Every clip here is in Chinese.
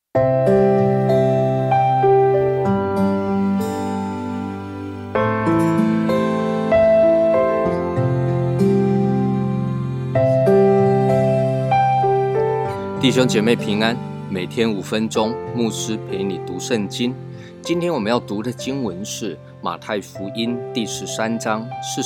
弟兄姐妹平安，每天5分钟，牧师陪你读圣经。今天我们要读的经文是马太福音第13章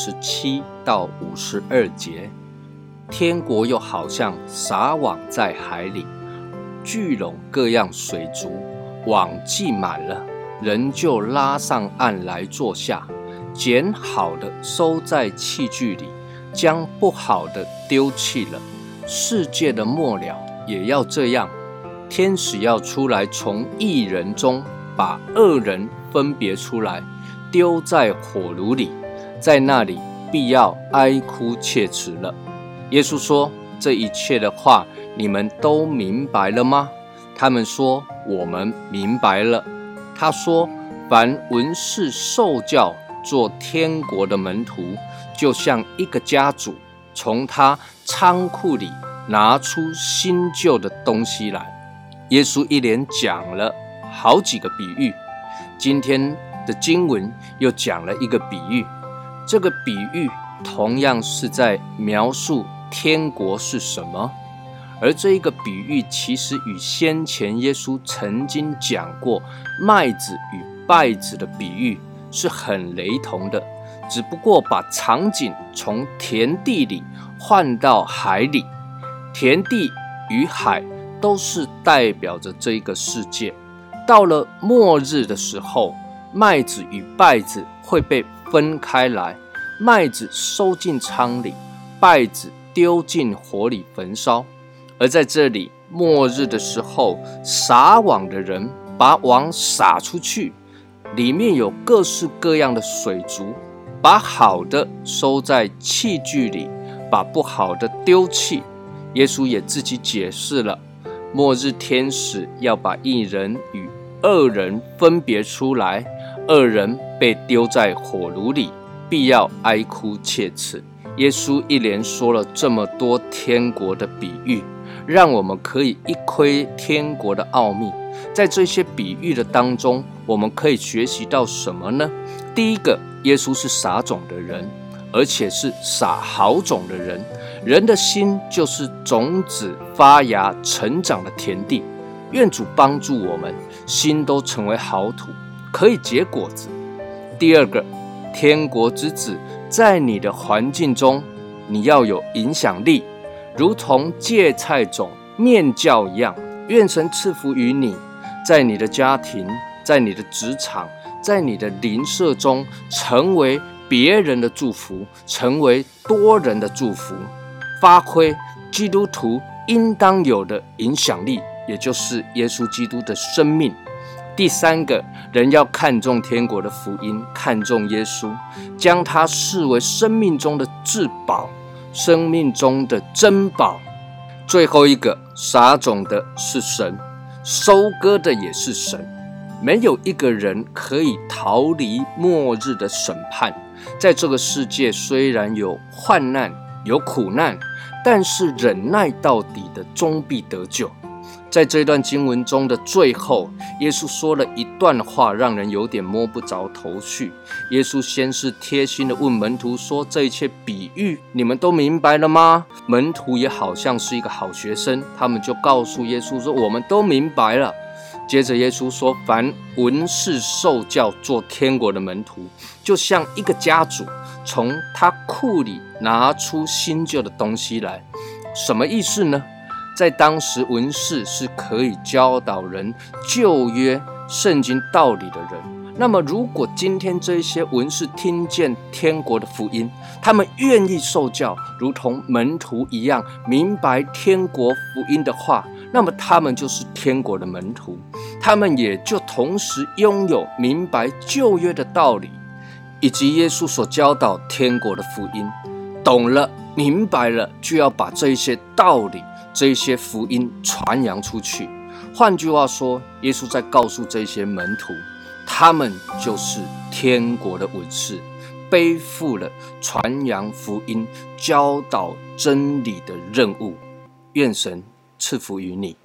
47到52节。天国又好像撒网在海里，聚拢各样水族，网系满了，人就拉上岸来坐下，捡好的收在器具里，将不好的丢弃了。世界的末了也要这样，天使要出来，从义人中把恶人分别出来，丢在火炉里，在那里必要哀哭切齿了。耶稣说，这一切的话你们都明白了吗？他们说，我们明白了。他说，凡文士受教做天国的门徒，就像一个家主从他仓库里拿出新旧的东西来。耶稣一连讲了好几个比喻，今天的经文又讲了一个比喻。这个比喻同样是在描述天国是什么，而这一个比喻其实与先前耶稣曾经讲过麦子与稗子的比喻是很雷同的，只不过把场景从田地里换到海里。田地与海都是代表着这一个世界，到了末日的时候，麦子与稗子会被分开来，麦子收进仓里，稗子丢进火里焚烧。而在这里，末日的时候，撒网的人把网撒出去，里面有各式各样的水族，把好的收在器具里，把不好的丢弃。耶稣也自己解释了，末日天使要把义人与恶人分别出来，恶人被丢在火炉里，必要哀哭切齿。耶稣一连说了这么多天国的比喻，让我们可以一窥天国的奥秘。在这些比喻的当中，我们可以学习到什么呢？第一个，耶稣是撒种的人，而且是撒好种的人。人的心就是种子发芽成长的田地，愿主帮助我们心都成为好土，可以结果子。第二个，天国之子在你的环境中，你要有影响力，如同芥菜种面酵一样。愿神赐福于你，在你的家庭，在你的职场，在你的邻舍中，成为别人的祝福，成为多人的祝福，发挥基督徒应当有的影响力，也就是耶稣基督的生命。第三个，人要看重天国的福音，看重耶稣，将他视为生命中的至宝，生命中的珍宝。最后一个，撒种的是神，收割的也是神。没有一个人可以逃离末日的审判。在这个世界，虽然有患难有苦难，但是忍耐到底的终必得救。在这段经文中的最后，耶稣说了一段话，让人有点摸不着头绪。耶稣先是贴心的问门徒说，这一切比喻你们都明白了吗？门徒也好像是一个好学生，他们就告诉耶稣说，我们都明白了。接着耶稣说，凡文士受教做天国的门徒，就像一个家主从他库里拿出新旧的东西来。什么意思呢？在当时，文士是可以教导人旧约圣经道理的人。那么如果今天这些文士听见天国的福音，他们愿意受教，如同门徒一样明白天国福音的话，那么他们就是天国的门徒，他们也就同时拥有明白旧约的道理，以及耶稣所教导天国的福音。懂了明白了，就要把这一些道理这一些福音传扬出去。换句话说，耶稣在告诉这些门徒，他们就是天国的文士，背负了传扬福音教导真理的任务。愿神赐福于你。